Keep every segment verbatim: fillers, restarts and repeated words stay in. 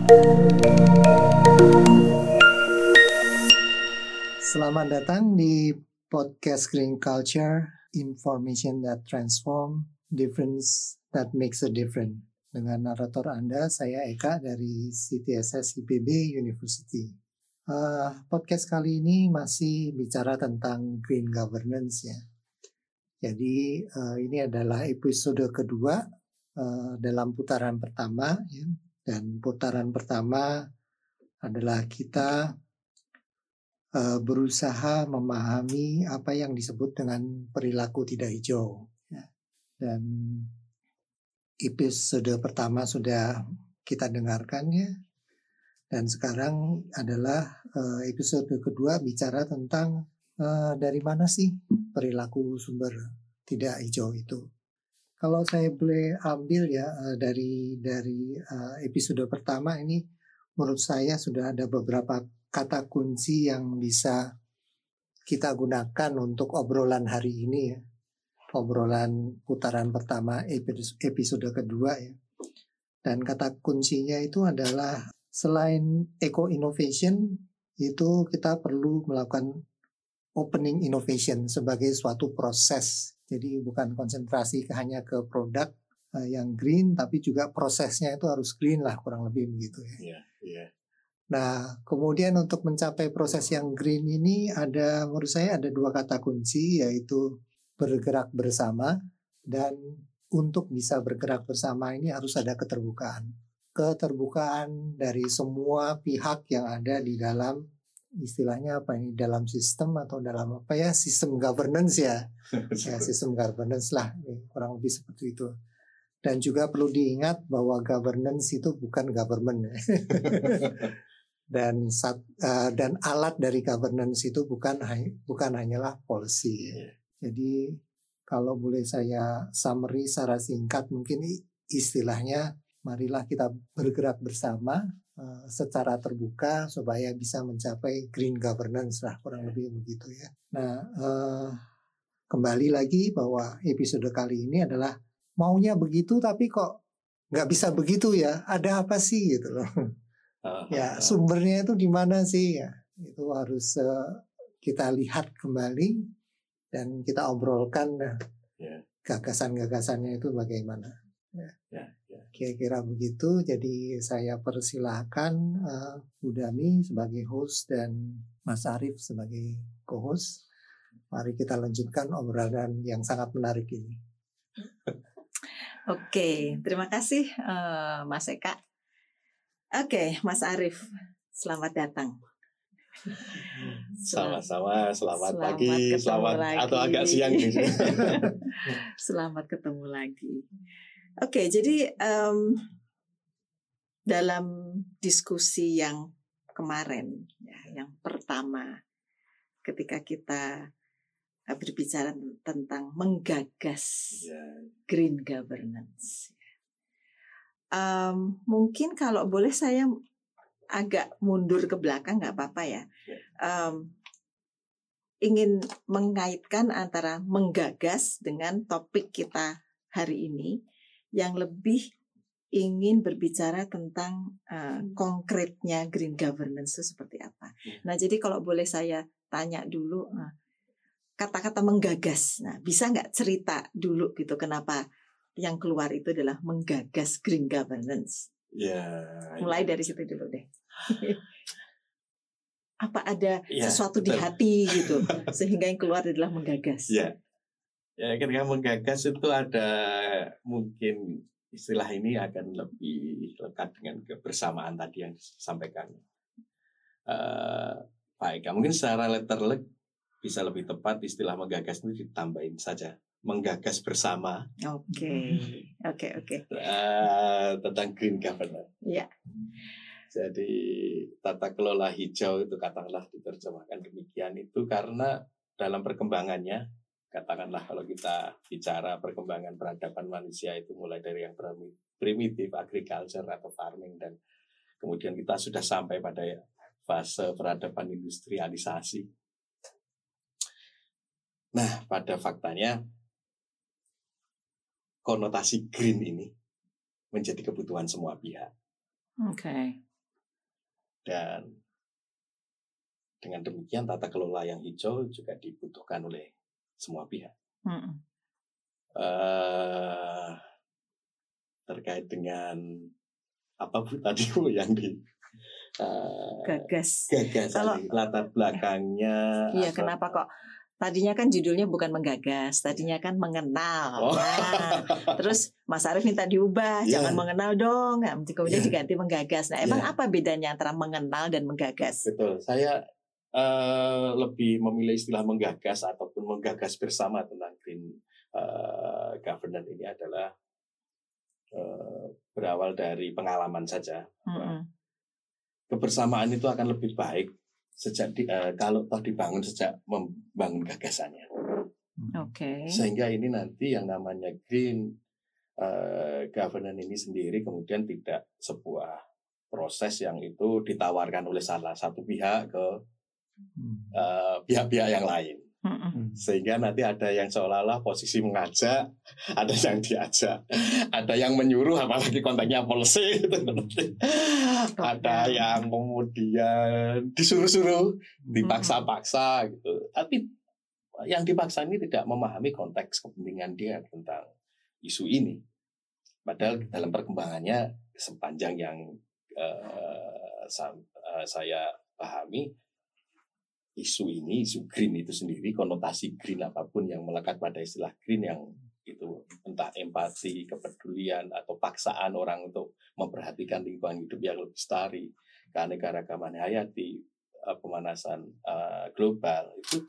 Selamat datang di podcast Green Culture, Information that Transform, Difference that Makes a Difference. Dengan narator Anda, saya Eka dari C T S S I P B University. Uh, podcast kali ini masih bicara tentang green governance ya. Jadi uh, ini adalah episode kedua uh, dalam putaran pertama ya. Dan putaran pertama adalah kita uh, berusaha memahami apa yang disebut dengan perilaku tidak hijau. Ya. Dan episode pertama sudah kita dengarkan ya. Dan sekarang adalah uh, episode kedua bicara tentang uh, dari mana sih perilaku sumber tidak hijau itu. Kalau saya boleh ambil ya uh, dari dari uh, episode pertama ini, menurut saya sudah ada beberapa kata kunci yang bisa kita gunakan untuk obrolan hari ini ya. Obrolan putaran pertama episode kedua ya. Dan kata kuncinya itu adalah selain eco-innovation, itu kita perlu melakukan opening innovation sebagai suatu proses. Jadi bukan konsentrasi hanya ke produk uh, yang green, tapi juga prosesnya itu harus green lah, kurang lebih begitu ya. Yeah, yeah. Nah, kemudian untuk mencapai proses yang green ini ada, menurut saya ada dua kata kunci, yaitu bergerak bersama, dan untuk bisa bergerak bersama ini harus ada keterbukaan. Keterbukaan dari semua pihak yang ada di dalam, istilahnya apa ini, dalam sistem atau dalam apa ya, sistem governance ya, ya sistem governance lah, kurang lebih seperti itu. Dan juga perlu diingat bahwa governance itu bukan government, dan sat, uh, dan alat dari governance itu bukan bukan hanyalah policy. Jadi kalau boleh saya summary secara singkat, mungkin istilahnya, marilah kita bergerak bersama uh, secara terbuka supaya bisa mencapai green governance lah, kurang lebih begitu ya. Nah, uh, kembali lagi bahwa episode kali ini adalah maunya begitu tapi kok nggak bisa begitu ya. Ada apa sih gitu loh? Uh, ya sumbernya itu di mana sih ya? Itu harus uh, kita lihat kembali dan kita obrolkan uh, yeah. gagasan-gagasannya itu bagaimana. Ya. Yeah. Kira-kira begitu. Jadi saya persilahkan uh, Budami sebagai host dan Mas Arief sebagai co-host. Mari kita lanjutkan obrolan yang sangat menarik ini. Oke, terima kasih uh, Mas Eka. Oke, Mas Arief, selamat datang. Sama-sama, selamat, selamat pagi, selamat lagi. Atau agak siang nih. Selamat ketemu lagi. Oke, jadi um, dalam diskusi yang kemarin, ya, yang pertama, ketika kita berbicara tentang menggagas green governance, um, mungkin kalau boleh saya agak mundur ke belakang, nggak apa-apa ya. Um, ingin mengaitkan antara menggagas dengan topik kita hari ini, yang lebih ingin berbicara tentang uh, konkretnya green governance itu seperti apa. Nah, jadi kalau boleh saya tanya dulu, uh, kata-kata menggagas, nah bisa nggak cerita dulu gitu kenapa yang keluar itu adalah menggagas green governance? Ya. Mulai ya. dari situ dulu deh. Apa ada ya, sesuatu betul. di hati gitu sehingga yang keluar adalah menggagas? Ya. Ya, ketika menggagas itu ada mungkin istilah ini akan lebih lekat dengan kebersamaan tadi yang disampaikan uh, Pak Eka. Mungkin secara letterlek bisa lebih tepat istilah menggagas itu ditambahin saja menggagas bersama. Oke, oke, oke. Tentang green governance. Ya. Jadi tata kelola hijau itu katakanlah diterjemahkan demikian itu karena dalam perkembangannya, katakanlah kalau kita bicara perkembangan peradaban manusia itu mulai dari yang primitif agriculture atau farming, dan kemudian kita sudah sampai pada fase peradaban industrialisasi. Nah, pada faktanya konotasi green ini menjadi kebutuhan semua pihak. Oke. Okay. Dan dengan demikian tata kelola yang hijau juga dibutuhkan oleh semua pihak. Mm-hmm. Uh, terkait dengan apa Bu tadi Bu yang di uh, gagas. Gagas. Kalau latar belakangnya. Iya, apa? Kenapa kok? Tadinya kan judulnya bukan menggagas, tadinya kan mengenal. Oh. Nah, terus Mas Arief minta diubah, yeah. jangan mengenal dong. Nah, kemudian yeah. diganti menggagas. Nah, emang yeah. apa bedanya antara mengenal dan menggagas? Betul, saya uh, lebih memilih istilah menggagas ataupun menggagas bersama tentang green uh, governance ini adalah uh, berawal dari pengalaman saja. Mm-hmm. Kebersamaan itu akan lebih baik sejak di, uh, kalau toh dibangun sejak membangun gagasannya. Oke. Okay. Sehingga ini nanti yang namanya green uh, governance ini sendiri kemudian tidak sebuah proses yang itu ditawarkan oleh salah satu pihak ke uh, pihak-pihak yang lain. Mm-hmm. Sehingga nanti ada yang seolah-olah posisi mengajak, ada yang diajak, ada yang menyuruh, apalagi konteksnya policy gitu. Ada yang kemudian disuruh-suruh, dipaksa-paksa gitu. Tapi yang dipaksa ini tidak memahami konteks kepentingan dia tentang isu ini. Padahal dalam perkembangannya sepanjang yang uh, saya pahami, isu ini, isu green itu sendiri, konotasi green apapun yang melekat pada istilah green yang itu entah empati, kepedulian, atau paksaan orang untuk memperhatikan lingkungan hidup yang lebih lestari, keanekaragaman hayati, pemanasan uh, global, itu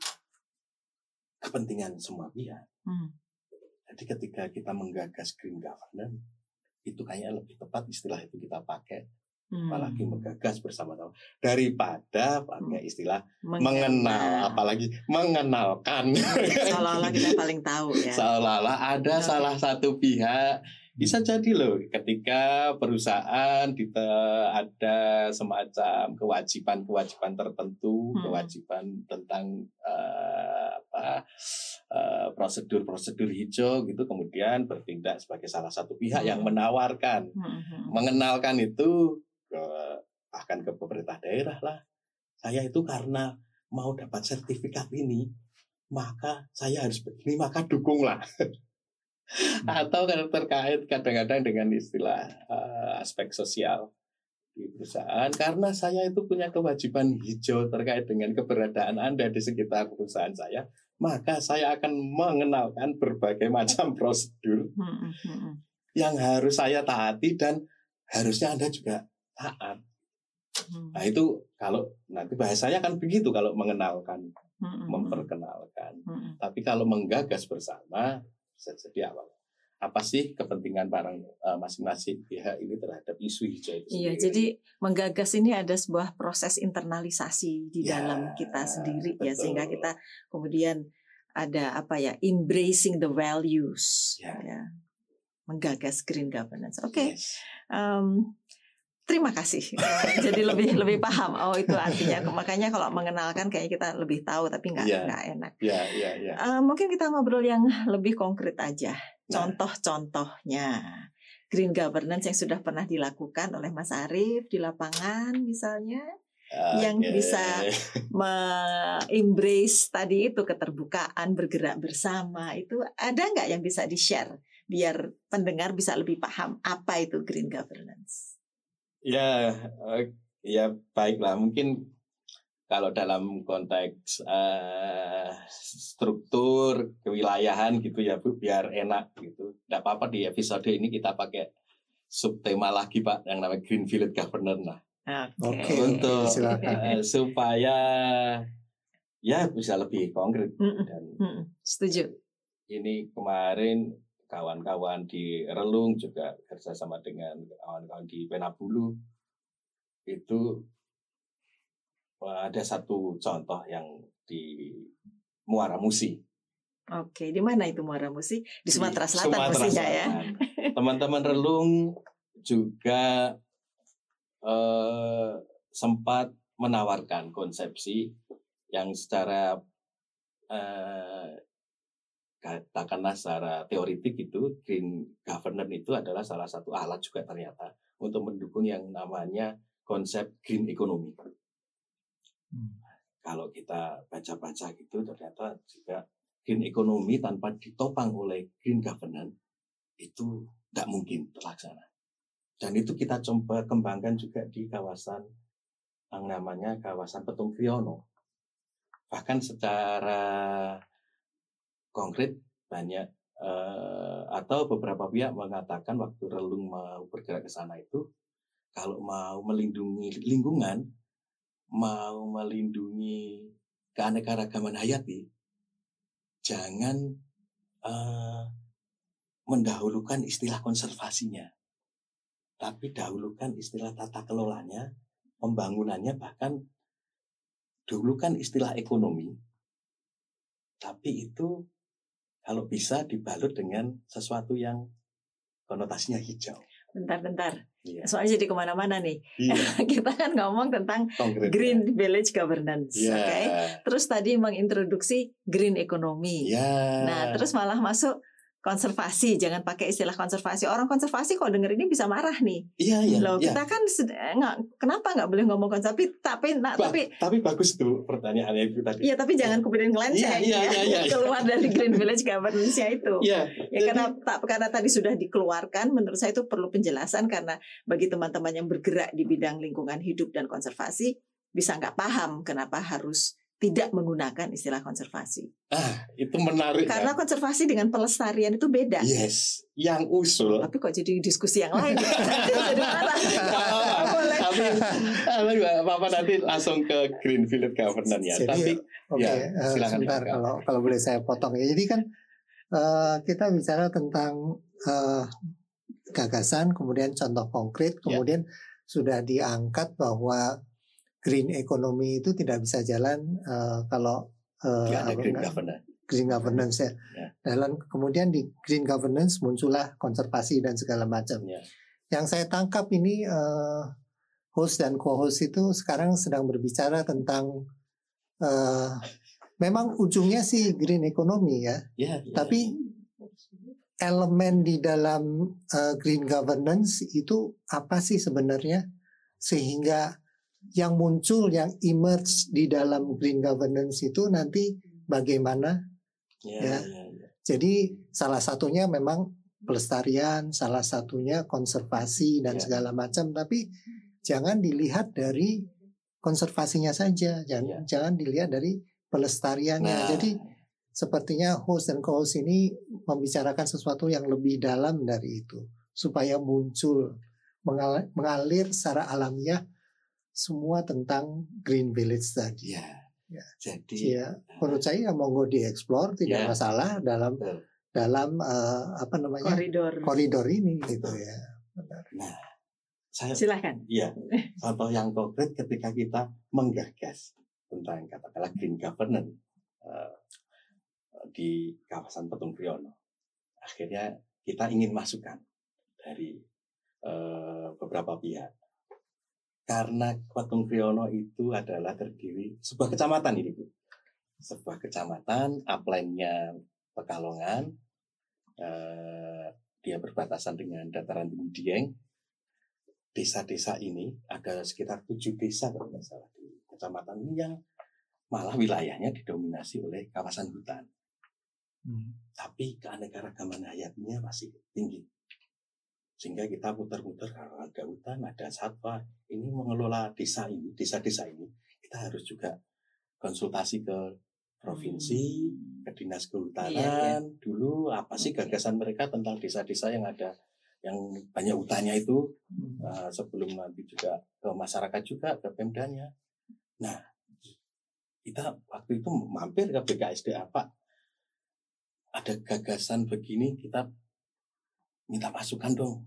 kepentingan semua pihak. Hmm. Jadi ketika kita menggagas green governance, itu kayaknya lebih tepat istilah itu kita pakai. Hmm. Apalagi menggagas bersama-sama daripada pakai istilah mengenal, mengenal apalagi mengenalkan seolah-olah kita paling tahu ya, seolah-olah ada okay. salah satu pihak. Bisa jadi loh ketika perusahaan kita ada semacam kewajiban-kewajiban tertentu, hmm. kewajiban tentang uh, apa uh, prosedur-prosedur hijau gitu, kemudian bertindak sebagai salah satu pihak hmm. yang menawarkan, hmm. mengenalkan itu ke, bahkan ke pemerintah daerah lah. Saya itu karena mau dapat sertifikat ini, maka saya harus begini, maka dukunglah. Hmm. Atau terkait kadang-kadang dengan istilah uh, aspek sosial di perusahaan, karena saya itu punya kewajiban hijau terkait dengan keberadaan Anda di sekitar perusahaan saya, maka saya akan mengenalkan berbagai macam prosedur hmm. Hmm. yang harus saya taati dan harusnya Anda juga taat. Hmm. Nah itu kalau nanti bahasanya kan begitu kalau mengenalkan, hmm. memperkenalkan. Hmm. Tapi kalau menggagas bersama, jadi apa? Apa sih kepentingan barang uh, masing-masing pihak ini terhadap isu hijau itu sendiri? Iya, jadi menggagas ini ada sebuah proses internalisasi di ya, dalam kita sendiri betul. Ya, sehingga kita kemudian ada apa ya, embracing the values, ya, ya menggagas green governance. Oke. Okay. Yes. Um, Terima kasih. Jadi lebih lebih paham. Oh itu artinya. Makanya kalau mengenalkan kayaknya kita lebih tahu, tapi nggak yeah. nggak enak. Yeah, yeah, yeah. Uh, mungkin kita ngobrol yang lebih konkret aja. Contoh-contohnya green governance yang sudah pernah dilakukan oleh Mas Arief di lapangan misalnya, okay. yang bisa me-embrace tadi itu keterbukaan, bergerak bersama, itu ada nggak yang bisa di-share biar pendengar bisa lebih paham apa itu green governance? Ya, ya baiklah. Mungkin kalau dalam konteks uh, struktur kewilayahan gitu ya Bu, biar enak gitu. Tidak apa-apa di episode ini kita pakai subtema lagi Pak, yang namanya Green Village Governance lah. Oke. Okay. Untuk uh, supaya ya bisa lebih konkret. Mm-mm. Dan Mm-mm. Setuju. Ini kemarin kawan-kawan di Relung juga kerjasama dengan kawan-kawan di Penabulu itu ada satu contoh yang di Muara Musi. Oke, di mana itu Muara Musi? Di Sumatera Selatan mestinya ya. Teman-teman Relung juga eh, sempat menawarkan konsepsi yang secara eh, katakanlah secara teoritik itu green governance itu adalah salah satu alat juga ternyata untuk mendukung yang namanya konsep green economy. Hmm. Kalau kita baca-baca gitu, ternyata juga green economy tanpa ditopang oleh green governance itu tidak mungkin terlaksana. Dan itu kita coba kembangkan juga di kawasan yang namanya kawasan Petung Kriono. Bahkan secara konkret banyak eh, atau beberapa pihak mengatakan waktu Relung mau bergerak ke sana itu, kalau mau melindungi lingkungan, mau melindungi keanekaragaman hayati, jangan eh, mendahulukan istilah konservasinya, tapi dahulukan istilah tata kelolanya, pembangunannya, bahkan dahulukan istilah ekonomi. Tapi itu kalau bisa dibalut dengan sesuatu yang konotasinya hijau. Bentar-bentar, Iya. soalnya jadi kemana-mana nih. Iya. Kita kan ngomong tentang Konkret, Green ya. Village Governance, Iya. oke? Okay? Terus tadi mengintroduksi Green Economy. Iya. Nah, terus malah masuk konservasi, jangan pakai istilah konservasi. Orang konservasi kalau denger ini bisa marah nih. Iya, iya. Loh, iya. kita kan nggak, kenapa nggak boleh ngomong konservasi? Tapi, nah, ba- tapi, tapi bagus tuh pertanyaannya itu tadi. iya, tapi jangan kemudian Iya, ngelenceng, iya, ya, iya, iya. keluar dari Green Village Governance-nya itu. Iya. Ya, karena tak, karena tadi sudah dikeluarkan, menurut saya itu perlu penjelasan karena bagi teman-teman yang bergerak di bidang lingkungan hidup dan konservasi bisa nggak paham kenapa harus tidak menggunakan istilah konservasi. Ah, itu menarik. Karena kan? konservasi dengan pelestarian itu beda. Yes, yang usul. Tapi kok jadi diskusi yang lain? Jadi marah. Boleh. Tapi, apa nanti langsung ke Green Village Governance ya. Jadi, Tapi, oke, ya, uh, silakan. sebentar kalau kalau boleh saya potong ya. Jadi kan uh, kita bicara tentang uh, gagasan, kemudian contoh konkret, kemudian ya. Sudah diangkat bahwa green economy itu tidak bisa jalan uh, kalau uh, ada green apa, governance. Green governance ya. ya. Dalam kemudian di green governance muncullah konservasi dan segala macam. Ya. Yang saya tangkap ini uh, host dan co-host itu sekarang sedang berbicara tentang uh, memang ujungnya sih green economy ya. Ya, ya. Tapi elemen di dalam uh, green governance itu apa sih sebenarnya sehingga yang muncul, yang emerge di dalam green governance itu nanti bagaimana? Ya, ya. ya, ya. Jadi salah satunya memang pelestarian, salah satunya konservasi dan ya. segala macam. Tapi jangan dilihat dari konservasinya saja, jangan, ya. jangan dilihat dari pelestariannya. Nah. Jadi sepertinya host dan co-host ini membicarakan sesuatu yang lebih dalam dari itu, supaya muncul mengalir, mengalir secara alamiah semua tentang Green Village tadi. Ya. Ya. Jadi ya, menurut saya monggo dieksplor, tidak ya. masalah dalam Betul. dalam uh, apa namanya koridor koridor ini gitu ya. Benar. Nah, saya silakan. Iya. Contoh yang konkret ketika kita menggagas tentang katakanlah green governance uh, di kawasan Petung Kriono, akhirnya kita ingin masukan dari uh, beberapa pihak. Karena Petung Kriono itu adalah terdiri sebuah kecamatan ini Bu. Sebuah kecamatan, upline-nya Pekalongan, eh, dia berbatasan dengan dataran tinggi Dieng. Desa-desa ini ada sekitar tujuh desa kalau tidak salah di kecamatan ini yang malah wilayahnya didominasi oleh kawasan hutan. Hmm. Tapi keanekaragaman hayatinya masih tinggi. Sehingga kita putar-putar kalau ada hutan, ada satwa, ini mengelola desa ini, desa-desa ini, kita harus juga konsultasi ke provinsi, hmm. ke dinas kehutanan, iya, iya. dulu apa sih gagasan mereka tentang desa-desa yang ada, yang banyak hutannya itu, hmm. uh, sebelum nanti juga ke masyarakat juga, ke Pemdanya. Nah, kita waktu itu mampir ke B K S D A, Pak, ada gagasan begini, kita minta masukan dong,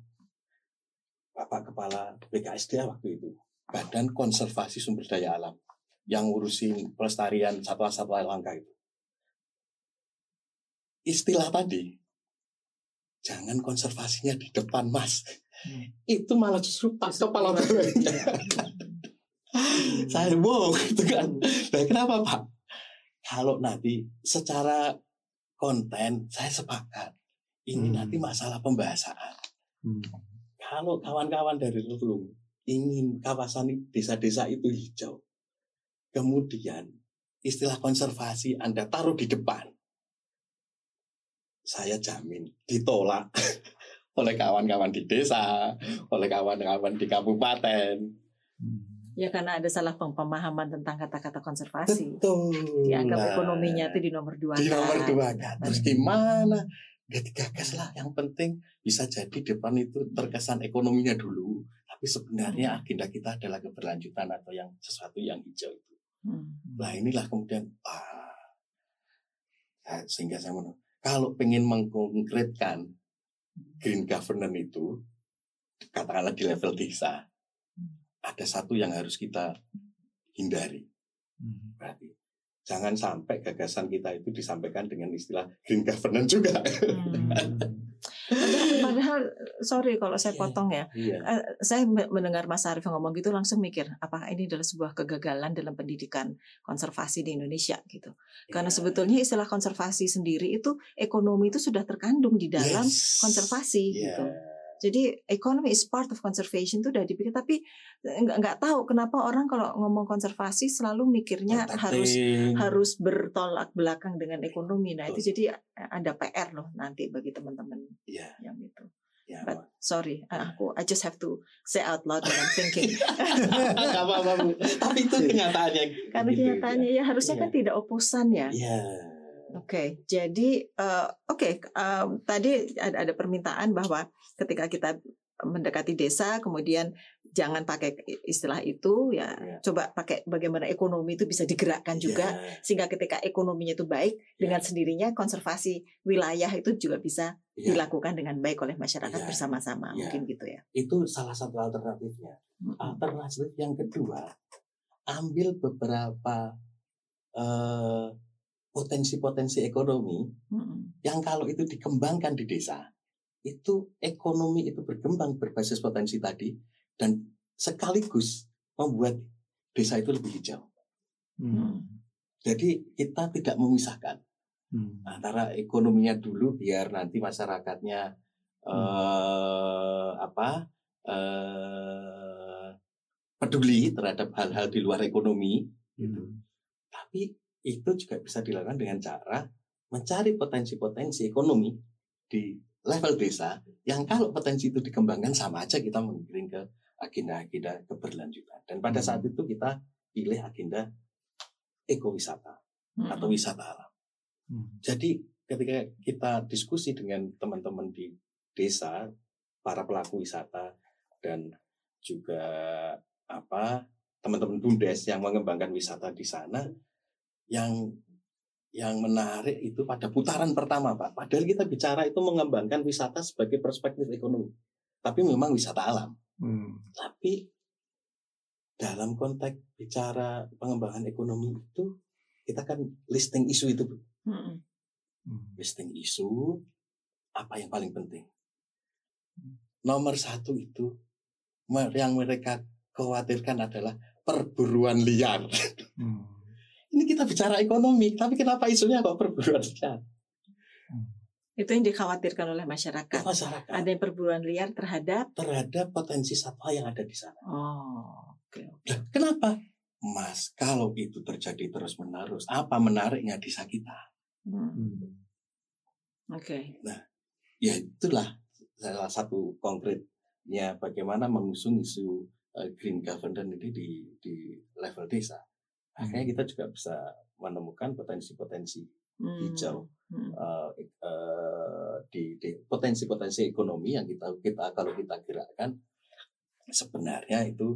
Bapak Kepala B K S D A waktu itu, Badan Konservasi Sumber Daya Alam, yang ngurusin pelestarian satwa-satwa langka itu. Istilah tadi, jangan konservasinya di depan Mas, hmm. itu malah justru pas kepala bawahnya. Saya wow, gitu kan. Nah, kenapa Pak? Kalau nanti secara konten saya sepakat. Ini hmm. nanti masalah pembahasan. Hmm. Kalau kawan-kawan dari Relung ingin kawasan desa-desa itu hijau, kemudian istilah konservasi Anda taruh di depan, saya jamin ditolak oleh kawan-kawan di desa, oleh kawan-kawan di kabupaten. Ya karena ada salah pemahaman tentang kata-kata konservasi. Betul. Dianggap Nah, ekonominya itu di nomor dua. Di nomor dua kan. Terus gimana? Ya digagas lah. Yang penting bisa jadi depan itu terkesan ekonominya dulu, tapi sebenarnya agenda kita adalah keberlanjutan atau yang sesuatu yang hijau itu. Hmm. Nah inilah kemudian ah, ya, sehingga saya menurut kalau pengen mengkonkretkan green governance itu katakanlah di level desa, ada satu yang harus kita hindari. Berarti jangan sampai gagasan kita itu disampaikan dengan istilah green governance juga. Hmm. Padahal, sorry kalau saya potong ya, yeah. uh, saya mendengar Mas Arief ngomong gitu langsung mikir, apakah ini adalah sebuah kegagalan dalam pendidikan konservasi di Indonesia gitu? Karena yeah. sebetulnya istilah konservasi sendiri itu ekonomi itu sudah terkandung di dalam yes. konservasi yeah. gitu. Jadi economy is part of conservation itu udah dipikir, tapi nggak nggak tahu kenapa orang kalau ngomong konservasi selalu mikirnya Tati. harus harus bertolak belakang dengan ekonomi. Nah Betul. Itu jadi ada P R loh nanti bagi teman-teman yeah. yang itu. Yeah, But sorry, yeah. aku I just have to say out loud what I'm thinking. apa-apa, tapi itu kenyataannya. Karena gitu, kenyataannya ya, ya harusnya yeah. kan tidak oposan ya. Yeah. Oke, okay, jadi uh, oke okay, um, tadi ada, ada permintaan bahwa ketika kita mendekati desa, kemudian jangan pakai istilah itu, ya yeah. coba pakai bagaimana ekonomi itu bisa digerakkan juga, yeah. sehingga ketika ekonominya itu baik, yeah. dengan sendirinya konservasi wilayah itu juga bisa yeah. dilakukan dengan baik oleh masyarakat yeah. bersama-sama, yeah. mungkin gitu ya. Itu salah satu alternatifnya. Mm-hmm. Alternatif yang kedua, ambil beberapa uh, potensi-potensi ekonomi hmm. yang kalau itu dikembangkan di desa, itu ekonomi itu berkembang berbasis potensi tadi dan sekaligus membuat desa itu lebih hijau. Hmm. Jadi kita tidak memisahkan hmm. antara ekonominya dulu biar nanti masyarakatnya hmm. eh, apa eh, peduli terhadap hal-hal di luar ekonomi, hmm. gitu. Tapi itu juga bisa dilakukan dengan cara mencari potensi-potensi ekonomi di level desa yang kalau potensi itu dikembangkan sama aja kita mengiring ke agenda-agenda keberlanjutan. Dan pada saat itu kita pilih agenda ekowisata hmm. atau wisata alam. Hmm. Jadi ketika kita diskusi dengan teman-teman di desa, para pelaku wisata dan juga apa teman-teman BUMDes yang mengembangkan wisata di sana, yang yang menarik itu pada putaran pertama, Pak. Padahal kita bicara itu mengembangkan wisata sebagai perspektif ekonomi, tapi memang wisata alam. Hmm. Tapi dalam konteks bicara pengembangan ekonomi itu kita kan listing isu itu, hmm. listing isu apa yang paling penting. Nomor satu itu yang mereka khawatirkan adalah perburuan liar. Hmm. Ini kita bicara ekonomi, tapi kenapa isunya kok perburuan liar? Hmm. Itu yang dikhawatirkan oleh masyarakat. masyarakat. Ada yang perburuan liar terhadap terhadap potensi satwa yang ada di sana. Oh, oke. Okay, okay. Nah, kenapa? Mas, kalau itu terjadi terus-menerus, apa menariknya desa kita? Hmm. Oke. Okay. Nah, ya itulah salah satu konkretnya bagaimana mengusung isu uh, green governance ini di di level desa. Akhirnya kita juga bisa menemukan potensi-potensi hmm. hijau hmm. Uh, uh, di, di potensi-potensi ekonomi yang kita kita kalau kita gerakkan sebenarnya itu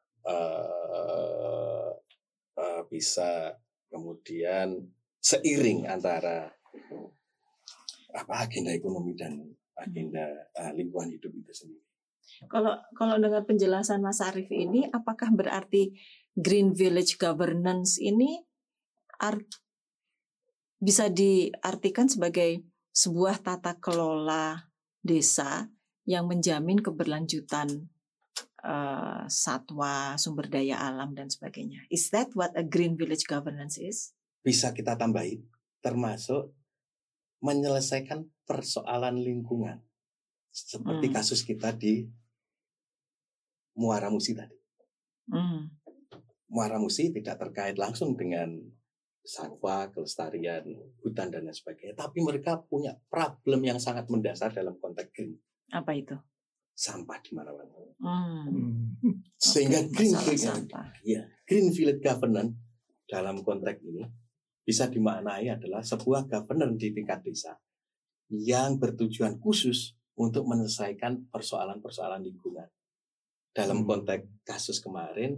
uh, uh, bisa kemudian seiring antara apa agenda ekonomi dan agenda uh, lingkungan hidup itu sendiri. Kalau kalau dengan penjelasan Mas Arief ini, apakah berarti Green Village Governance ini art, bisa diartikan sebagai sebuah tata kelola desa yang menjamin keberlanjutan uh, satwa, sumber daya alam dan sebagainya? Is that what a Green Village Governance is? Bisa kita tambahin, termasuk menyelesaikan persoalan lingkungan. Seperti hmm. kasus kita di Muara Musi tadi. Hmm. Muara Musi tidak terkait langsung dengan satwa, kelestarian, hutan dan lain sebagainya, tapi mereka punya problem yang sangat mendasar dalam konteks green. Apa itu? Sampah di mana-mana. Hmm. Sehingga Oke, green, green, ya, green village governance dalam konteks ini bisa dimaknai adalah sebuah governance di tingkat desa yang bertujuan khusus untuk menyelesaikan persoalan-persoalan lingkungan. Dalam konteks kasus kemarin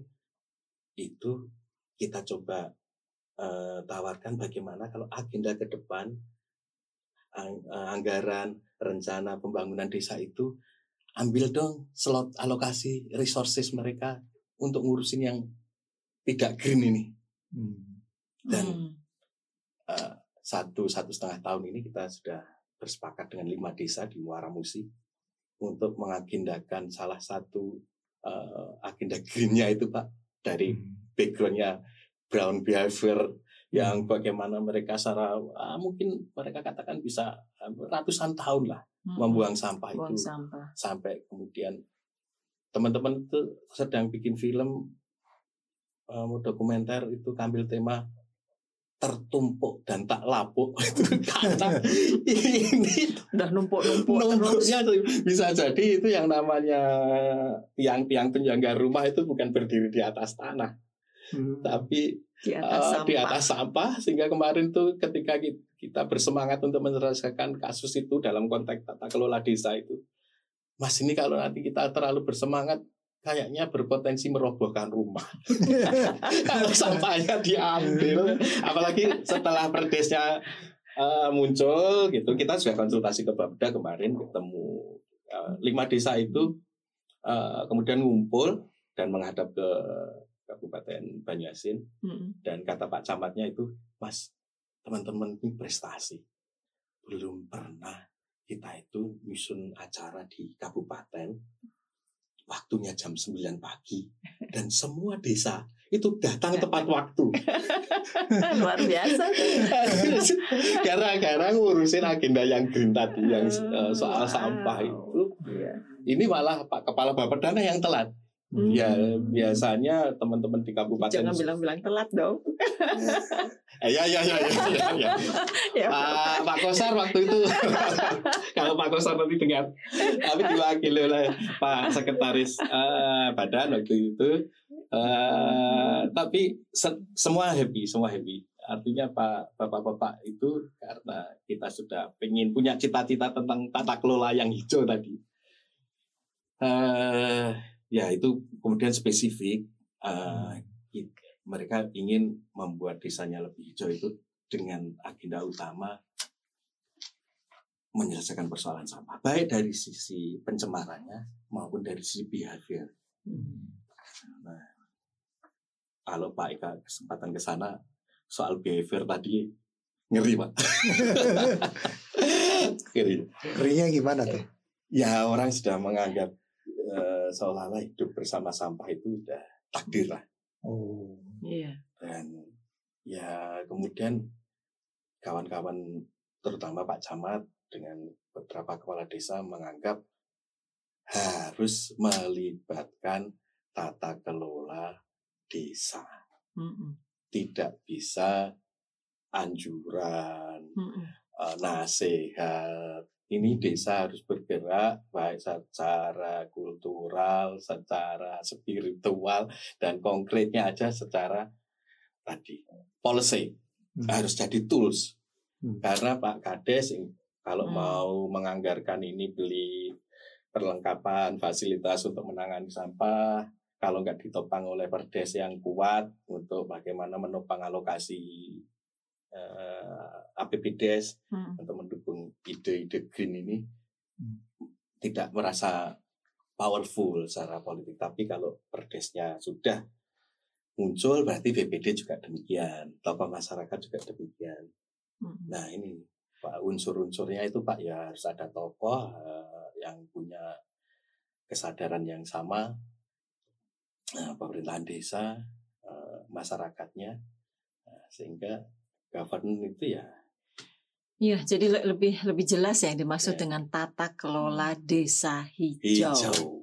itu kita coba uh, tawarkan bagaimana kalau agenda ke depan ang, uh, anggaran rencana pembangunan desa itu ambil dong slot alokasi resources mereka untuk ngurusin yang tidak green ini. Hmm. Dan hmm. uh, satu satu setengah tahun ini kita sudah bersepakat dengan lima desa di Muara Musi untuk mengagendakan salah satu uh, agenda greennya itu Pak, dari hmm. backgroundnya brown behavior yang hmm. bagaimana mereka secara uh, mungkin mereka katakan bisa uh, ratusan tahun lah hmm. membuang sampah Buang itu sampah. Sampai kemudian teman-teman itu sedang bikin film uh, dokumenter itu ambil tema tertumpuk dan tak lapuk itu karena ini udah numpuk-numpuk numpuknya bisa jadi itu yang namanya tiang-tiang penyangga rumah itu bukan berdiri di atas tanah hmm. tapi di atas, uh, di atas sampah, sehingga kemarin tuh ketika kita bersemangat untuk menyelesaikan kasus itu dalam konteks tata kelola desa itu, Mas, ini kalau nanti kita terlalu bersemangat kayaknya berpotensi merobohkan rumah. Kalau sampahnya diambil, apalagi setelah perdesnya uh, muncul gitu, kita sudah konsultasi ke Bapeda kemarin, ketemu uh, lima desa itu uh, kemudian ngumpul dan menghadap ke Kabupaten Banyuasin, mm-hmm. dan kata Pak Camatnya itu, Mas, teman-teman ini prestasi, belum pernah kita itu nyusun acara di kabupaten waktunya jam sembilan pagi dan semua desa itu datang tepat waktu. Luar biasa. Gara-gara ngurusin agenda yang green tadi, yang uh, soal wow. sampah itu. Yeah. Ini malah Pak Kepala Bapedana yang telat. Hmm. Ya biasanya teman-teman di kabupaten. Jangan bilang-bilang telat dong. Ya ya ya ya ya. ya. ya Pak, Pak Kosar waktu itu. Kalau Pak Kosar nanti dengar, tapi diwakili oleh Pak Sekretaris uh, Badan waktu itu. Uh, tapi se- semua happy, semua happy. Artinya Pak Bapak-bapak itu karena kita sudah pengen punya cita-cita tentang tata kelola yang hijau tadi. Uh, ya itu kemudian spesifik. Uh, mereka ingin membuat desanya lebih hijau itu dengan agenda utama menyelesaikan persoalan sampah, baik dari sisi pencemarannya maupun dari sisi behavior. Nah, kalau Pak Eka kesempatan ke sana soal behavior tadi ngeri Pak. Ngeri. Ngerinya gimana tuh? Ya orang sudah menganggap uh, seolah-olah hidup bersama sampah itu udah takdir lah. Oh. Iya. Dan ya kemudian kawan-kawan terutama Pak Camat dengan beberapa kepala desa menganggap harus melibatkan tata kelola desa. Mm-mm. Tidak bisa anjuran, uh, nasihat. Ini desa harus bergerak baik secara kultural, secara spiritual, dan konkretnya aja secara tadi policy. Hmm. Harus jadi tools. Hmm. Karena Pak Kades kalau hmm. mau menganggarkan ini beli perlengkapan fasilitas untuk menangani sampah, kalau nggak ditopang oleh perdes yang kuat untuk bagaimana menopang alokasi Uh, A P B D E S hmm. untuk mendukung ide-ide green ini, hmm. tidak merasa powerful secara politik. Tapi kalau perdesnya sudah muncul, berarti B P D juga demikian, tokoh masyarakat juga demikian. Hmm. Nah ini Pak, unsur-unsurnya itu Pak, ya harus ada tokoh uh, yang punya kesadaran yang sama, uh, pemerintahan desa, uh, masyarakatnya, uh, sehingga governance itu ya. Iya, jadi lebih lebih jelas ya yang dimaksud ya. Dengan tata kelola desa hijau. Hijau.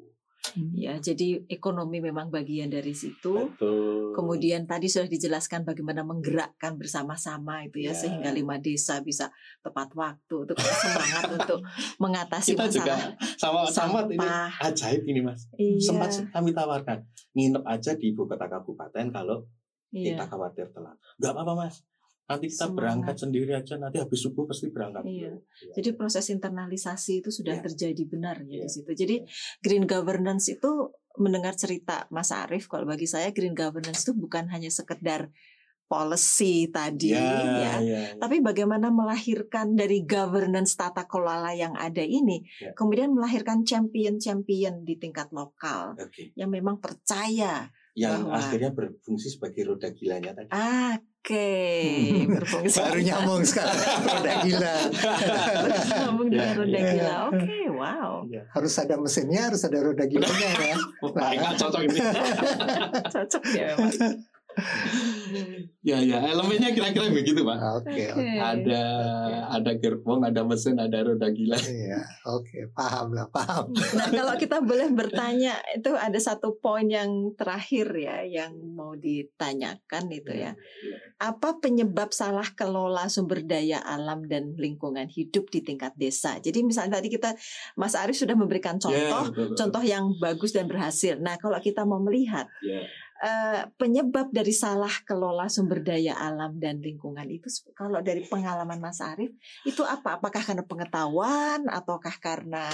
Ya, jadi ekonomi memang bagian dari situ. Betul. Kemudian tadi sudah dijelaskan bagaimana menggerakkan bersama-sama itu ya, Ya. sehingga lima desa bisa tepat waktu untuk semangat untuk mengatasi Kita juga masalah sama-sama ini sampah. ajaib ini Mas. Iya. Sempat kami tawarkan nginep aja di ibu kota kabupaten kalau Iya. kita khawatir telat. Gak apa-apa Mas. Nanti kita Semangat. berangkat sendiri aja. Nanti habis subuh pasti berangkat. Iya. Ya. Jadi proses internalisasi itu sudah Ya. terjadi benar ya Ya. di situ. Jadi green governance itu, mendengar cerita Mas Arief, kalau bagi saya green governance itu bukan hanya sekedar policy tadi ya, ya, ya, ya. tapi bagaimana melahirkan dari governance tata kelola yang ada ini, Ya. kemudian melahirkan champion-champion di tingkat lokal Oke. yang memang percaya Yang bahwa- akhirnya berfungsi sebagai roda gilanya tadi. Oke, berfungsi. Baru nyambung sekarang. Roda gila. Nyambung dengan Ya, roda ya. gila. Oke, wow. Harus ada mesinnya, harus ada roda gilanya ya. Baik, nggak cocok ini. Cocok ya memang. Ya, ya, elemennya kira-kira begitu, Pak. Oke, Oke. oke. Ada ada gerbong, ada mesin, ada roda gila. Iya, oke, paham lah, paham. Nah, kalau kita boleh bertanya, itu ada satu poin yang terakhir ya, yang mau ditanyakan itu ya. Apa penyebab salah kelola sumber daya alam dan lingkungan hidup di tingkat desa? Jadi misalnya tadi kita, Mas Arief sudah memberikan contoh, Ya, betul, betul. contoh yang bagus dan berhasil. Nah, kalau kita mau melihat Ya. eh, penyebab dari salah kelola sumber daya alam dan lingkungan itu, kalau dari pengalaman Mas Arief, itu apa? Apakah karena pengetahuan, ataukah karena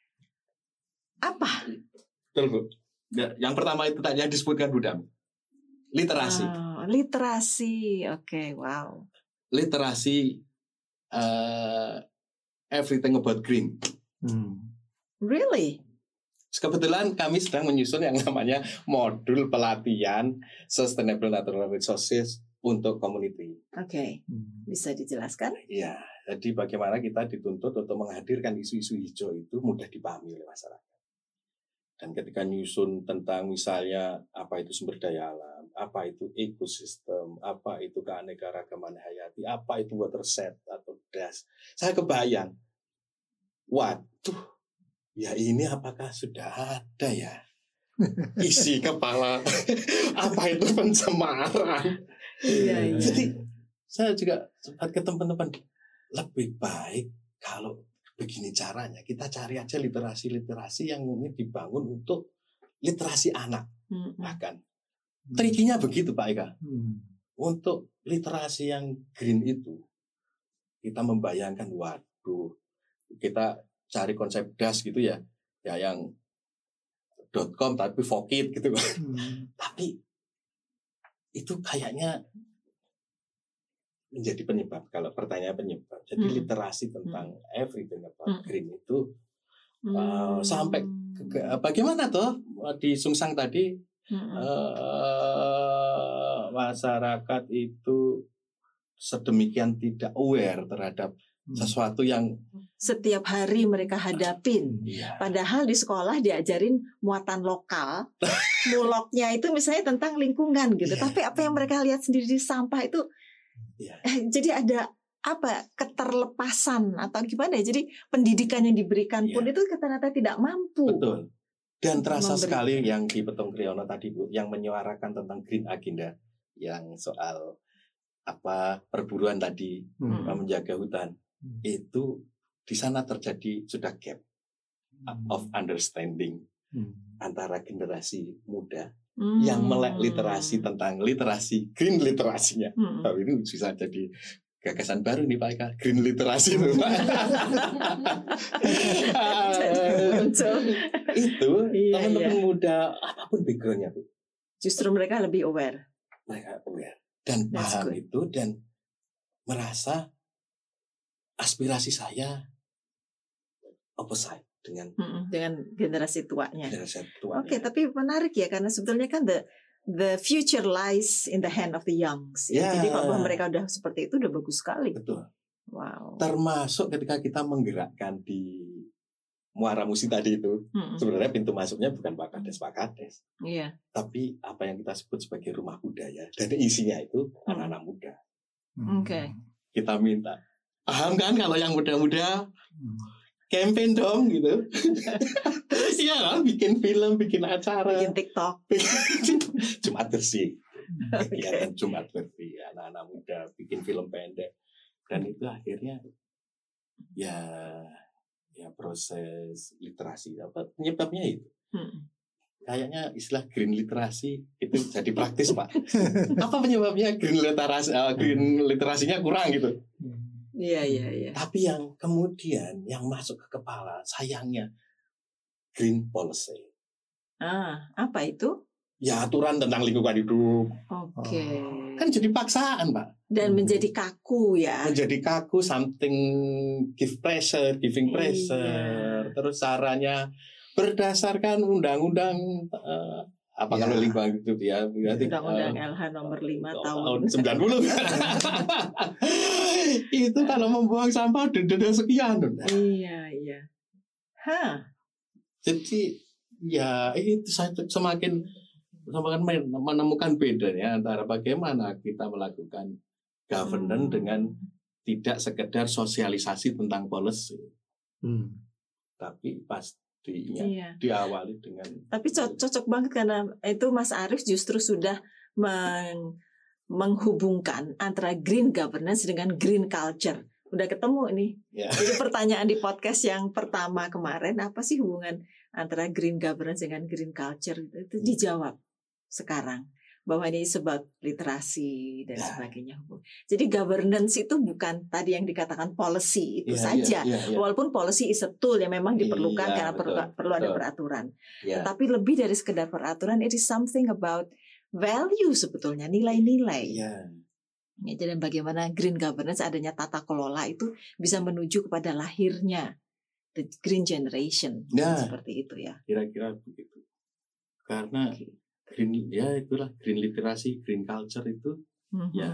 apa? Betul, Bu. Ya, yang pertama itu tadi yang disebutkan Bu Dam. Literasi. Oh, literasi, oke, wow. Literasi uh, everything about green. Hmm. Really? Kebetulan kami sedang menyusun yang namanya modul pelatihan Sustainable Natural Resources untuk community. Oke, Hmm. bisa dijelaskan? Iya, jadi bagaimana kita dituntut untuk menghadirkan isu-isu hijau itu mudah dipahami oleh masyarakat. Dan ketika nyusun tentang misalnya apa itu sumber daya alam, apa itu ekosistem, apa itu keanekaragaman hayati, apa itu watershed atau D A S, saya kebayang, waduh, ya ini apakah sudah ada ya isi kepala apa itu pencemaran. Iya, iya. Jadi saya juga sempat ke teman-teman, lebih baik kalau begini caranya, kita cari aja literasi-literasi yang ini dibangun untuk literasi anak. Mm-mm. Bahkan trikinya begitu Pak Eka. Hmm. Untuk literasi yang green itu kita membayangkan, waduh, kita cari konsep D A S gitu ya, ya yang .com tapi vokit gitu. Hmm. Tapi itu kayaknya menjadi penyebab. Kalau pertanyaan penyebab, jadi Hmm. literasi tentang everything about Hmm. green itu Hmm. uh, sampai ke, ke- bagaimana toh di Sungsang tadi Mm-mm. uh, masyarakat itu sedemikian tidak aware terhadap sesuatu yang Setiap hari mereka hadapin. ya, Padahal di sekolah diajarin muatan lokal, muloknya itu misalnya tentang lingkungan gitu. Iya. Tapi apa yang mereka lihat sendiri di sampah itu, Iya. eh, jadi ada apa keterlepasan atau gimana ya? Jadi pendidikan yang diberikan pun Iya. itu ternyata tidak mampu. betul. Dan terasa Memberi- sekali yang di Petung Kriyono tadi Bu, yang menyuarakan tentang green agenda, yang soal apa perburuan tadi, Hmm. menjaga hutan, Hmm. itu di sana terjadi sudah gap of understanding Hmm. antara generasi muda Hmm. yang melek literasi tentang literasi green literasinya. Hmm. Oh, ini bisa jadi gagasan baru nih Pak Eka, green literasi itu Pak. Jadi muncul. Itu Iya, teman-teman iya. muda apapun backgroundnya Bu, Justru mereka lebih aware. mereka aware dan That's paham good. itu dan merasa aspirasi saya opposite dengan Mm-mm, dengan generasi tuanya. generasi tua. Oke, tapi menarik ya, karena sebetulnya kan the the future lies in the hand of the youngs. Ya. Ya. Jadi kalau mereka udah seperti itu udah bagus sekali. Betul. Wow. Termasuk ketika kita menggerakkan di Muara Musi tadi itu, Mm-mm. sebenarnya pintu masuknya bukan Pak Kades, Pak Kades, Iya. tapi apa yang kita sebut sebagai rumah budaya dan isinya itu anak-anak muda. Hmm. Oke. Kita minta, paham kan kalau yang muda-muda Hmm. campaign dong gitu. Iya lah, bikin film, bikin acara, bikin TikTok, Jumat bersih, kegiatan Jumat bersih, anak-anak muda bikin film pendek, dan itu akhirnya ya ya proses literasi apa penyebabnya itu. Hmm. Kayaknya istilah green literasi itu jadi praktis Pak. Apa penyebabnya green literasi? Uh, green literasinya kurang gitu. Iya iya iya. Tapi yang kemudian yang masuk ke kepala sayangnya green policy. Ah, apa itu? Ya aturan tentang lingkungan hidup. Oke. Okay. Kan jadi paksaan Pak. Dan menjadi kaku ya. Menjadi kaku, something give pressure, giving pressure. Iya. Terus caranya berdasarkan undang-undang uh, apa ya. Kalau lingkungan hidup ya, undang-undang uh, L H nomor lima tahun sembilan puluh. Itu kalau membuang sampah denda sekian. Iya, iya. Hah. Jadi ya itu saya semakin semakin menemukan bedanya antara bagaimana kita melakukan governance hmm. dengan tidak sekedar sosialisasi tentang policy. Hmm. Tapi pastinya iya. diawali dengan. Tapi co- cocok banget karena itu Mas Arief justru sudah meng, menghubungkan antara green governance dengan green culture. Udah ketemu nih. Yeah. Jadi pertanyaan di podcast yang pertama kemarin, apa sih hubungan antara green governance dengan green culture? Itu dijawab sekarang. Bahwa ini sebab literasi dan yeah. sebagainya. Jadi governance itu bukan tadi yang dikatakan policy itu yeah, saja. Yeah, yeah, yeah. Walaupun policy is a tool yang memang diperlukan yeah, karena betul, perlu, perlu betul. ada peraturan. Yeah. Tetapi lebih dari sekedar peraturan, it is something about value sebetulnya, nilai-nilai. Yeah. Ya, dan bagaimana green governance adanya tata kelola itu bisa menuju kepada lahirnya the green generation nah, seperti itu ya. Kira-kira begitu. Karena okay. green ya itulah green literasi, green culture itu mm-hmm. ya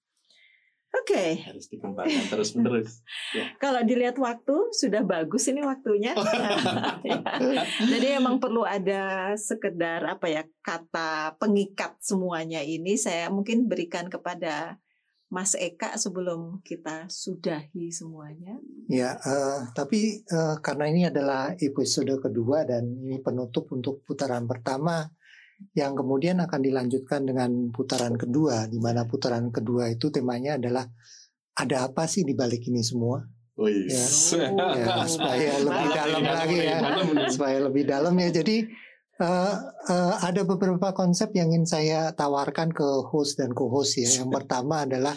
oke okay. harus dikembangkan terus-menerus. Ya. Kalau dilihat waktu sudah bagus ini waktunya. Ya. Jadi emang perlu ada sekedar apa ya kata pengikat semuanya ini saya mungkin berikan kepada Mas Eka sebelum kita sudahi semuanya. Ya, uh, tapi uh, karena ini adalah episode kedua dan ini penutup untuk putaran pertama yang kemudian akan dilanjutkan dengan putaran kedua, di mana putaran kedua itu temanya adalah ada apa sih di balik ini semua? Oh, yes. ya, ya, supaya lebih dalam lagi ya, supaya lebih dalam ya. Jadi Uh, uh, ada beberapa konsep yang ingin saya tawarkan ke host dan co-host ya. Yang pertama adalah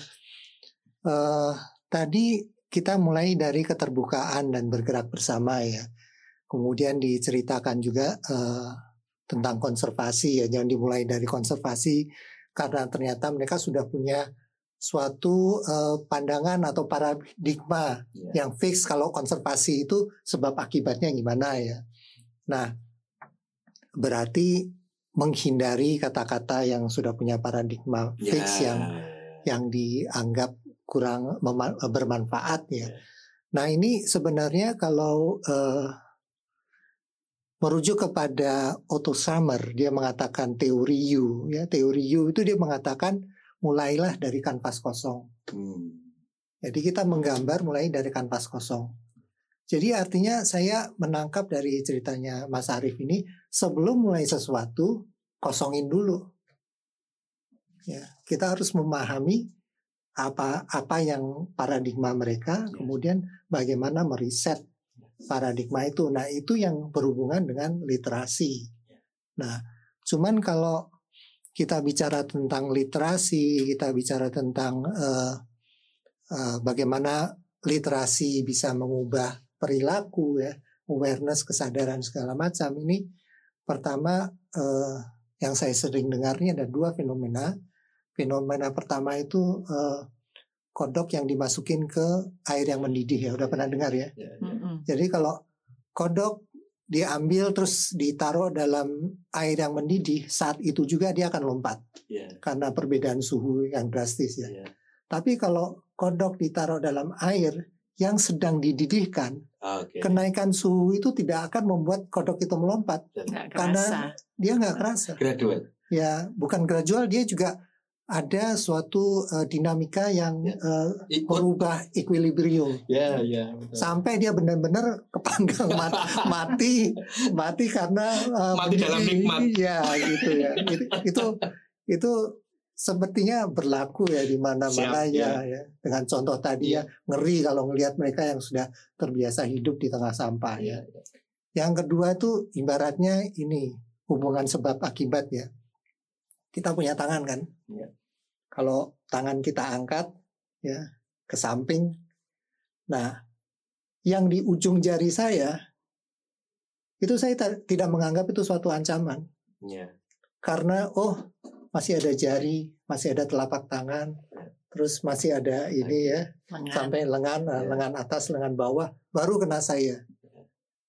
uh, tadi kita mulai dari keterbukaan dan bergerak bersama ya. Kemudian diceritakan juga uh, tentang konservasi ya. Jangan dimulai dari konservasi karena ternyata mereka sudah punya suatu uh, pandangan atau paradigma yeah. yang fix kalau konservasi itu sebab akibatnya gimana ya. Nah, berarti menghindari kata-kata yang sudah punya paradigma fix yeah. yang yang dianggap kurang mema- bermanfaat ya. Yeah. Nah ini sebenarnya kalau uh, merujuk kepada Otto Scharmer, dia mengatakan teori U ya, teori U itu dia mengatakan mulailah dari kanvas kosong. Hmm. Jadi kita menggambar mulai dari kanvas kosong. Jadi artinya saya menangkap dari ceritanya Mas Arief ini sebelum mulai sesuatu kosongin dulu. Ya, kita harus memahami apa apa yang paradigma mereka, ya. Kemudian bagaimana meriset paradigma itu. Nah itu yang berhubungan dengan literasi. Nah, cuman kalau kita bicara tentang literasi, kita bicara tentang uh, uh, bagaimana literasi bisa mengubah perilaku ya, awareness, kesadaran segala macam. Ini pertama eh, yang saya sering dengarnya ada dua fenomena. Fenomena pertama itu eh, kodok yang dimasukin ke air yang mendidih ya, udah pernah dengar ya. Yeah, yeah. Jadi kalau kodok diambil terus ditaruh dalam air yang mendidih, saat itu juga dia akan lompat yeah. karena perbedaan suhu yang drastis ya. Yeah. Tapi kalau kodok ditaruh dalam air yang sedang dididihkan, okay. kenaikan suhu itu tidak akan membuat kodok itu melompat gak karena kerasa. Dia nggak kerasa. Gradual. Ya, bukan gradual, dia juga ada suatu uh, dinamika yang ya. uh, Ikut. merubah equilibrium. Ya, ya, betul. Sampai dia benar-benar kepanggang mati, mati, mati karena uh, mati dalam nikmat. Ya, gitu ya. Itu itu, itu sepertinya berlaku ya di mana-mana ya, ya. Dengan contoh tadi ya. ya, ngeri kalau melihat mereka yang sudah terbiasa hidup di tengah sampah ya. ya. Yang kedua itu ibaratnya ini hubungan sebab akibat ya. Kita punya tangan kan, ya. Kalau tangan kita angkat ya ke samping, nah yang di ujung jari saya itu saya t- tidak menganggap itu suatu ancaman, ya. Karena oh masih ada jari, masih ada telapak tangan, ya. Terus masih ada ini ya lengan. Sampai lengan, ya. Lengan atas, lengan bawah, baru kena saya. Ya.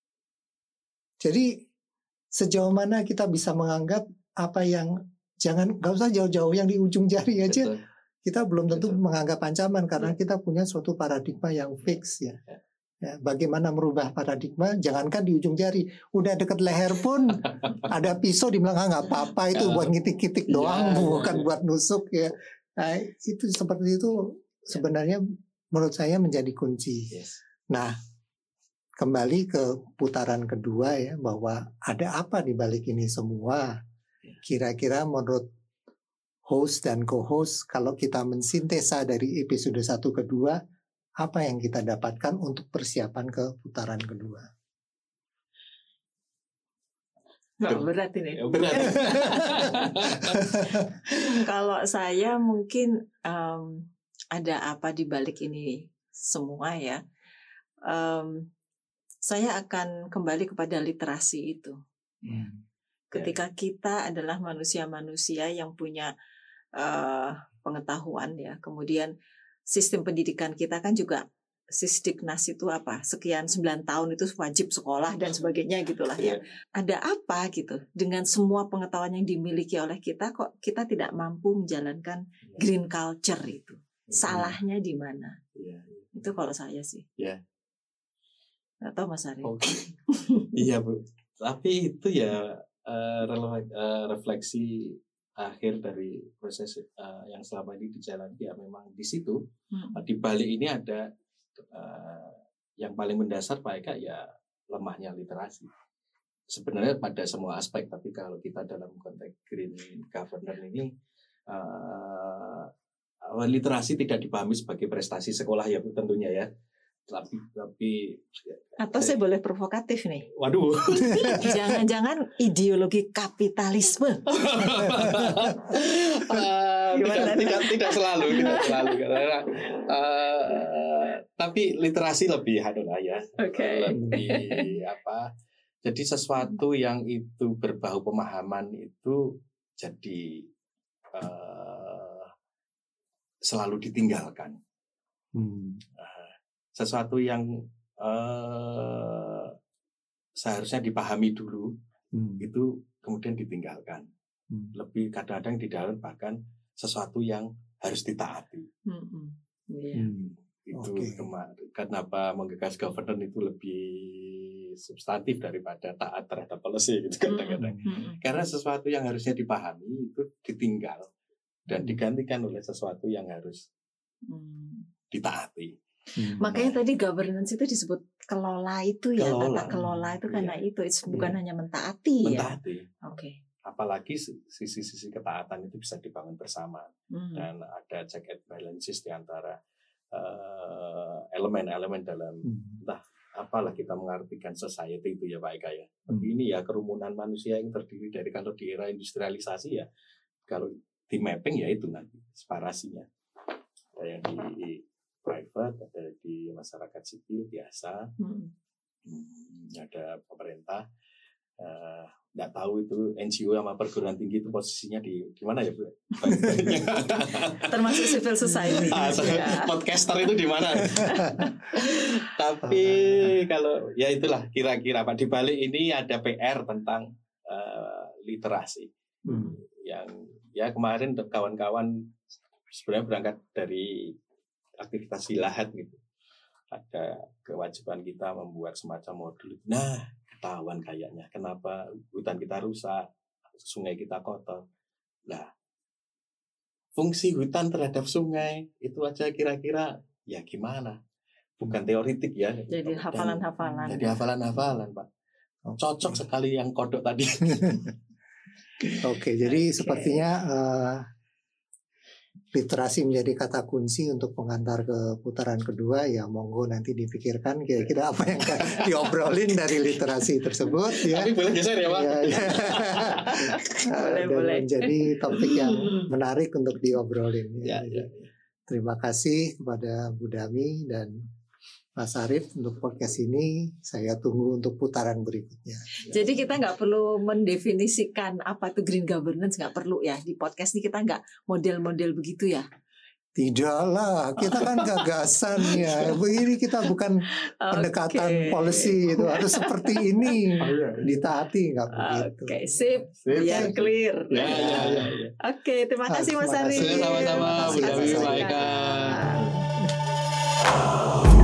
Jadi sejauh mana kita bisa menganggap apa yang jangan, nggak usah jauh-jauh yang di ujung jari aja. Betul. Kita belum tentu Betul. menganggap ancaman karena ya. kita punya suatu paradigma yang fix ya. ya. Ya, bagaimana merubah paradigma? Jangankan di ujung jari, udah deket leher pun ada pisau di belakang, nggak apa-apa itu buat ngitik-ngitik doang, ya, bukan ya, ya. buat nusuk ya. Nah, itu seperti itu sebenarnya menurut saya menjadi kunci. Yes. Nah, kembali ke putaran kedua ya, bahwa ada apa di balik ini semua? Kira-kira menurut host dan co-host, kalau kita mensintesa dari episode satu ke dua, apa yang kita dapatkan untuk persiapan ke putaran kedua? Nah, berat ini. Berat. Kalau saya mungkin um, ada apa di balik ini semua ya. Um, saya akan kembali kepada literasi itu. Hmm. Ketika kita adalah manusia-manusia yang punya uh, pengetahuan ya, kemudian sistem pendidikan kita kan juga Sisdiknas itu apa? Sekian sembilan tahun itu wajib sekolah dan sebagainya gitulah ya. Ada apa gitu dengan semua pengetahuan yang dimiliki oleh kita kok kita tidak mampu menjalankan green culture itu? Salahnya di mana? Itu kalau saya sih. Ya. Atau Mas Ari? Okay. Iya Bu. Tapi itu ya uh, rele- uh, refleksi akhir dari proses uh, yang selama ini dijalani ya memang di situ. Hmm. Uh, di balik ini ada uh, yang paling mendasar Pak Eka ya lemahnya literasi. Sebenarnya pada semua aspek, tapi kalau kita dalam konteks green governance ini uh, literasi tidak dipahami sebagai prestasi sekolah ya Bu tentunya ya. Tapi, tapi atau saya boleh provokatif nih. Waduh. Jangan-jangan ideologi kapitalisme. uh, tidak, tidak tidak selalu, tidak selalu. Karena, uh, tapi literasi lebih hadulah ya. Okay. Lebih apa? Jadi sesuatu yang itu berbau pemahaman itu jadi uh, selalu ditinggalkan. Hmm. Uh, sesuatu yang uh, seharusnya dipahami dulu hmm. itu kemudian ditinggalkan. Hmm. Lebih kadang-kadang di dalam bahkan sesuatu yang harus ditaati. Hmm. Yeah. Hmm. Itu okay. kemarin kenapa menggagas governance itu lebih substantif daripada taat terhadap policy gitu kadang-kadang. Hmm. Karena sesuatu yang harusnya dipahami itu ditinggal dan digantikan oleh sesuatu yang harus hmm. ditaati. Hmm. Makanya tadi governance itu disebut kelola itu ya, kelola. Tata kelola itu karena iya. itu It's bukan iya. hanya mentaati, mentaati. ya. Oke. Okay. Apalagi sisi-sisi ketaatan itu bisa dibangun bersama hmm. dan ada check and balances di antara uh, elemen-elemen dalam hmm. entah apalah kita mengartikan society itu ya Pak Eka ya. Tapi hmm. ini ya kerumunan manusia yang terdiri dari kalau di era industrialisasi ya kalau di mapping ya itu nanti separasinya ada yang di private, ada di masyarakat sipil biasa, hmm. Hmm, ada pemerintah, nggak uh, tahu itu N G O sama perguruan tinggi itu posisinya di di mana ya Bu? Termasuk civil society. Ah, ya. Podcaster itu di mana? Tapi kalau ya itulah kira-kira Pak di balik ini ada P R tentang uh, literasi hmm. yang ya kemarin kawan-kawan sebenarnya berangkat dari aktivitas silahat gitu. Ada kewajiban kita membuat semacam modul. Nah, ketahuan kayaknya kenapa hutan kita rusak, sungai kita kotor. Nah, fungsi hutan terhadap sungai itu aja kira-kira ya gimana? Bukan teoritik ya. Jadi hafalan-hafalan. Jadi hafalan-hafalan, Pak. Cocok sekali yang kodok tadi. Oke, jadi okay. sepertinya uh, literasi menjadi kata kunci untuk pengantar ke putaran kedua. Ya monggo nanti dipikirkan kira-kira apa yang diobrolin dari literasi tersebut. Ya. Tapi boleh geser ya, Pak. Ya, ya. boleh, Dan boleh. menjadi topik yang menarik untuk diobrolin. Ya, ya, ya. Terima kasih kepada Bu Dami dan Mas Arief untuk podcast ini. Saya tunggu untuk putaran berikutnya. Jadi kita nggak perlu mendefinisikan apa itu green governance, nggak perlu ya. Di podcast ini kita nggak model-model begitu ya. Tidaklah, kita kan gagasan ya. Begini kita bukan pendekatan okay. policy itu harus seperti ini. Ditaati nggak begitu. Oke, okay, sip. sip. Biar clear. Ya, ya, ya, ya. Oke, okay, terima kasih Mas Arief. Sama-sama, Bu Dami, Pak Eka.